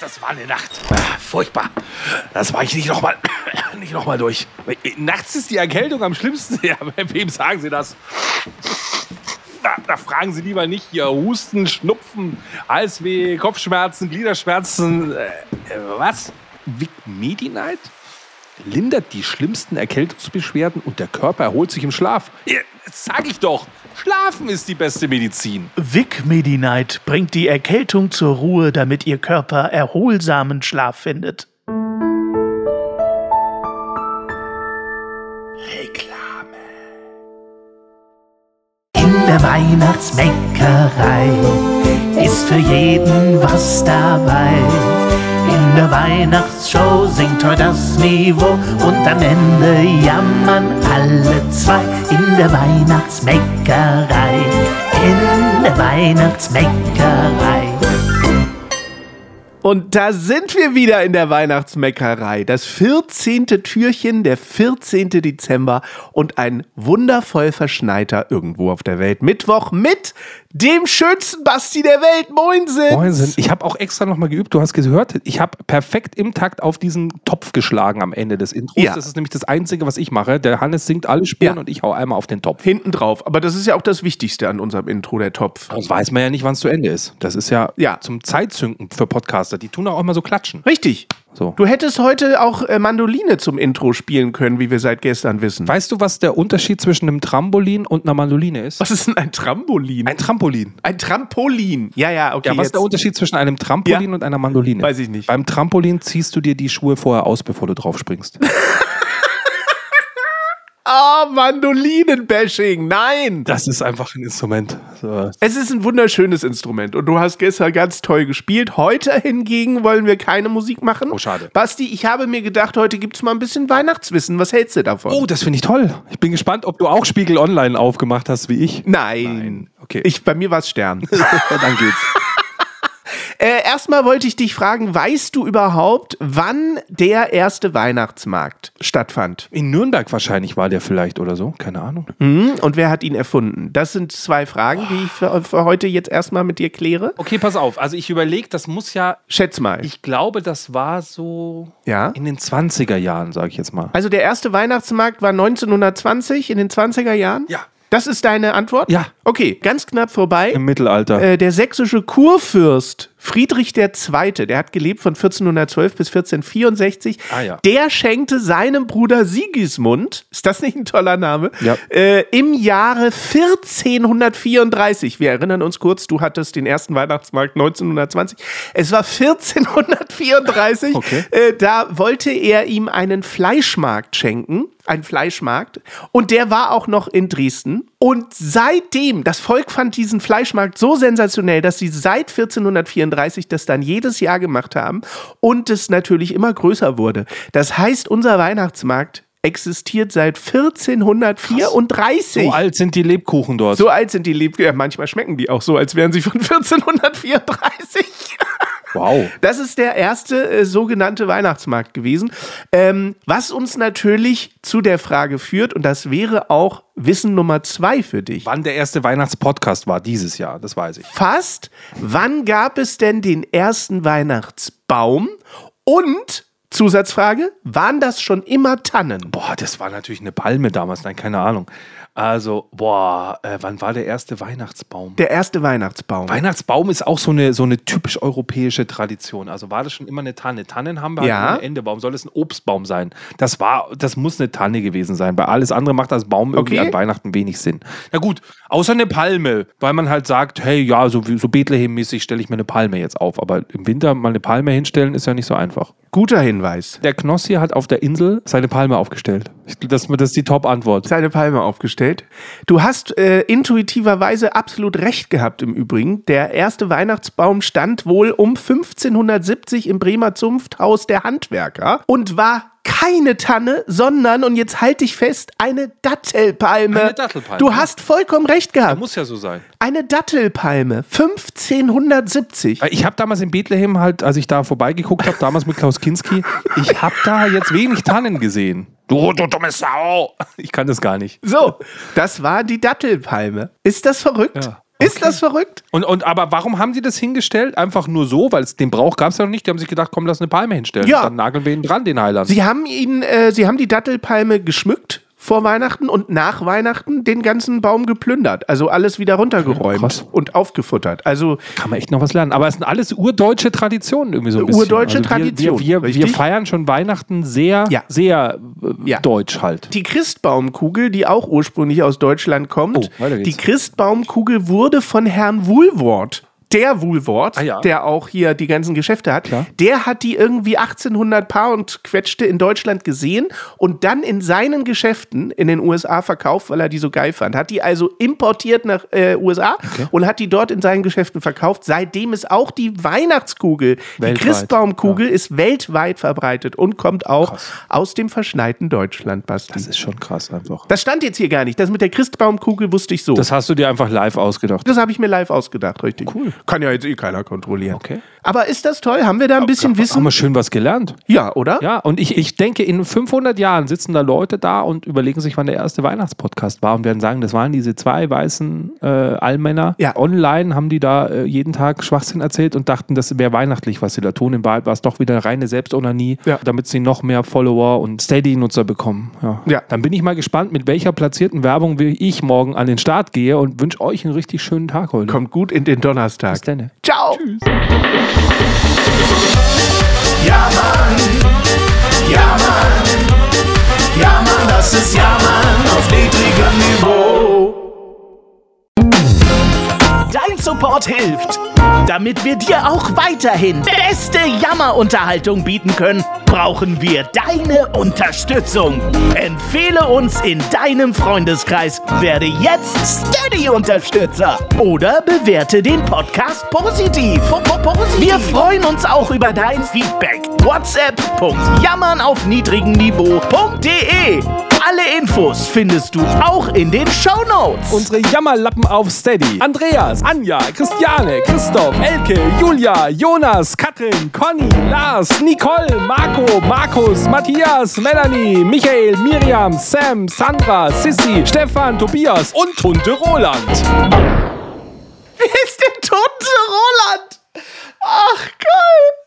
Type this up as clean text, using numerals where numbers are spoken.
das war eine Nacht. Furchtbar. Das war ich nicht noch mal durch. Nachts ist die Erkältung am schlimmsten. Ja, wem sagen Sie das? Da fragen Sie lieber nicht hier Husten, Schnupfen, Halsweh, Kopfschmerzen, Gliederschmerzen. Was? Vic Medi-Night? Lindert die schlimmsten Erkältungsbeschwerden und der Körper erholt sich im Schlaf. Ja, das sag ich doch. Schlafen ist die beste Medizin. Vic Medi-Night bringt die Erkältung zur Ruhe, damit Ihr Körper erholsamen Schlaf findet. Reklame. In der Weihnachtsbäckerei ist für jeden was dabei. In der Weihnachtsshow singt heute das Niveau und am Ende jammern alle zwei. In der Weihnachtsbäckerei, in der Weihnachtsbäckerei. Und da sind wir wieder in der Weihnachtsbäckerei. Das 14. Türchen, der 14. Dezember und ein wundervoll verschneiter irgendwo auf der Welt Mittwoch mit dem schönsten Basti der Welt. Moinsen. Moinsen. Ich habe auch extra nochmal geübt, du hast gehört, ich habe perfekt im Takt auf diesen Topf geschlagen am Ende des Intros. Ja. Das ist nämlich das Einzige, was ich mache. Der Hannes singt alle Spuren und ich hau einmal auf den Topf. Hinten drauf. Aber das ist ja auch das Wichtigste an unserem Intro, der Topf. Das weiß man ja nicht, wann es zu Ende ist. Das ist ja zum Zeitzünken für Podcaster. Die tun auch immer so klatschen. Richtig. So. Du hättest heute auch Mandoline zum Intro spielen können, wie wir seit gestern wissen. Weißt du, was der Unterschied zwischen einem Trampolin und einer Mandoline ist? Was ist denn ein Trampolin? Ein Trampolin. Ein Trampolin. Ja, okay. Ja, was ist der Unterschied zwischen einem Trampolin und einer Mandoline? Weiß ich nicht. Beim Trampolin ziehst du dir die Schuhe vorher aus, bevor du drauf springst. Mandolinen-Bashing, nein! Das ist einfach ein Instrument. So. Es ist ein wunderschönes Instrument und du hast gestern ganz toll gespielt. Heute hingegen wollen wir keine Musik machen. Oh, schade. Basti, ich habe mir gedacht, heute gibt es mal ein bisschen Weihnachtswissen. Was hältst du davon? Oh, das finde ich toll. Ich bin gespannt, ob du auch Spiegel Online aufgemacht hast, wie ich. Nein. Okay. Bei mir war es Stern. Dann geht's. Erstmal wollte ich dich fragen, weißt du überhaupt, wann der erste Weihnachtsmarkt stattfand? In Nürnberg wahrscheinlich war der vielleicht oder so, keine Ahnung. Und wer hat ihn erfunden? Das sind 2 Fragen, die ich für heute jetzt erstmal mit dir kläre. Okay, pass auf. Also ich überlege, das muss ja... Schätz mal. Ich glaube, das war so in den 20er Jahren, sage ich jetzt mal. Also der erste Weihnachtsmarkt war 1920, in den 20er Jahren? Ja. Das ist deine Antwort? Ja. Okay, ganz knapp vorbei. Im Mittelalter. Der sächsische Kurfürst Friedrich II., der hat gelebt von 1412 bis 1464, der schenkte seinem Bruder Sigismund, ist das nicht ein toller Name, im Jahre 1434, wir erinnern uns kurz, du hattest den ersten Weihnachtsmarkt 1920, es war 1434, da wollte er ihm einen Fleischmarkt schenken, ein Fleischmarkt, und der war auch noch in Dresden. Und seitdem, das Volk fand diesen Fleischmarkt so sensationell, dass sie seit 1434 das dann jedes Jahr gemacht haben und es natürlich immer größer wurde. Das heißt, unser Weihnachtsmarkt existiert seit 1434. So alt sind die Lebkuchen dort. So alt sind die Lebkuchen. Ja, manchmal schmecken die auch so, als wären sie von 1434. Wow. Das ist der erste sogenannte Weihnachtsmarkt gewesen. Was uns natürlich zu der Frage führt, und das wäre auch Wissen Nummer 2 für dich. Wann der erste Weihnachtspodcast war dieses Jahr, das weiß ich. Fast. Wann gab es denn den ersten Weihnachtsbaum? Und Zusatzfrage, waren das schon immer Tannen? Boah, das war natürlich eine Palme damals, nein, keine Ahnung. Also, wann war der erste Weihnachtsbaum? Der erste Weihnachtsbaum. Weihnachtsbaum ist auch so eine typisch europäische Tradition. Also war das schon immer eine Tanne. Tannen haben wir halt ohne Ende. Warum soll das ein Obstbaum sein? Das muss eine Tanne gewesen sein. Bei alles andere macht das Baum irgendwie an Weihnachten wenig Sinn. Na gut, außer eine Palme, weil man halt sagt, hey, ja, so Bethlehem-mäßig stelle ich mir eine Palme jetzt auf. Aber im Winter mal eine Palme hinstellen, ist ja nicht so einfach. Guter Hinweis. Der Knossi hat auf der Insel seine Palme aufgestellt. Das ist die Top-Antwort. Seine Palme aufgestellt. Du hast intuitiverweise absolut recht gehabt im Übrigen. Der erste Weihnachtsbaum stand wohl um 1570 im Bremer Zunfthaus der Handwerker und war keine Tanne, sondern, und jetzt halte ich fest, eine Dattelpalme. Eine Dattelpalme. Du hast vollkommen recht gehabt. Das muss ja so sein. Eine Dattelpalme, 1570. Ich habe damals in Bethlehem halt, als ich da vorbeigeguckt habe, damals mit Klaus Kinski, ich habe da jetzt wenig Tannen gesehen. Du dumme Sau! Ich kann das gar nicht. So, das war die Dattelpalme. Ist das verrückt? Ja. Ist das verrückt? Aber warum haben sie das hingestellt? Einfach nur so, weil den Brauch gab es ja noch nicht. Die haben sich gedacht, komm, lass eine Palme hinstellen. Ja. Dann nageln wir ihn dran, den Heiland. Sie haben die Dattelpalme geschmückt vor Weihnachten und nach Weihnachten den ganzen Baum geplündert. Also alles wieder runtergeräumt und aufgefuttert. Also kann man echt noch was lernen. Aber es sind alles urdeutsche Traditionen irgendwie so ein bisschen. Urdeutsche Traditionen. Wir feiern schon Weihnachten sehr deutsch halt. Die Christbaumkugel, die auch ursprünglich aus Deutschland kommt, die Christbaumkugel wurde von Herrn Woolworth, der Woolworth, der auch hier die ganzen Geschäfte hat, der hat die irgendwie 1800 Paar und quetschte in Deutschland gesehen und dann in seinen Geschäften in den USA verkauft, weil er die so geil fand. Hat die also importiert nach USA und hat die dort in seinen Geschäften verkauft. Seitdem ist auch die Weihnachtskugel, die Christbaumkugel ist weltweit verbreitet und kommt auch aus dem verschneiten Deutschland, Basti. Das ist schon krass einfach. Das stand jetzt hier gar nicht. Das mit der Christbaumkugel wusste ich so. Das hast du dir einfach live ausgedacht? Das habe ich mir live ausgedacht, richtig. Cool. Kann ja jetzt keiner kontrollieren. Okay. Aber ist das toll? Haben wir da ein bisschen Wissen? Haben wir schön was gelernt. Ja, oder? Ja, und ich denke, in 500 Jahren sitzen da Leute da und überlegen sich, wann der erste Weihnachtspodcast war und werden sagen, das waren diese 2 weißen Allmänner. Ja. Online haben die da jeden Tag Schwachsinn erzählt und dachten, das wäre weihnachtlich, was sie da tun. In Wahrheit war es doch wieder reine Selbstonanie, damit sie noch mehr Follower und Steady-Nutzer bekommen. Ja. Dann bin ich mal gespannt, mit welcher platzierten Werbung ich morgen an den Start gehe und wünsche euch einen richtig schönen Tag heute. Kommt gut in den Donnerstag. Bis dann. Ciao. Tschüss. Ja, Mann. Ja, Mann. Ja, Mann, das ist Ja, Mann auf niedrigem Niveau. Dein Support hilft. Damit wir dir auch weiterhin beste Jammerunterhaltung bieten können, brauchen wir deine Unterstützung. Empfehle uns in deinem Freundeskreis, werde jetzt Steady-Unterstützer oder bewerte den Podcast positiv. Wir freuen uns auch über dein Feedback. whatsapp.jammernaufniedrigemniveau.de. Alle Infos findest du auch in den Shownotes. Unsere Jammerlappen auf Steady. Andreas, Anja, Christiane, Christoph, Elke, Julia, Jonas, Katrin, Conny, Lars, Nicole, Marco, Markus, Matthias, Melanie, Michael, Miriam, Sam, Sandra, Sissi, Stefan, Tobias und Tunte Roland. Wer ist denn Tunte Roland? Ach, geil.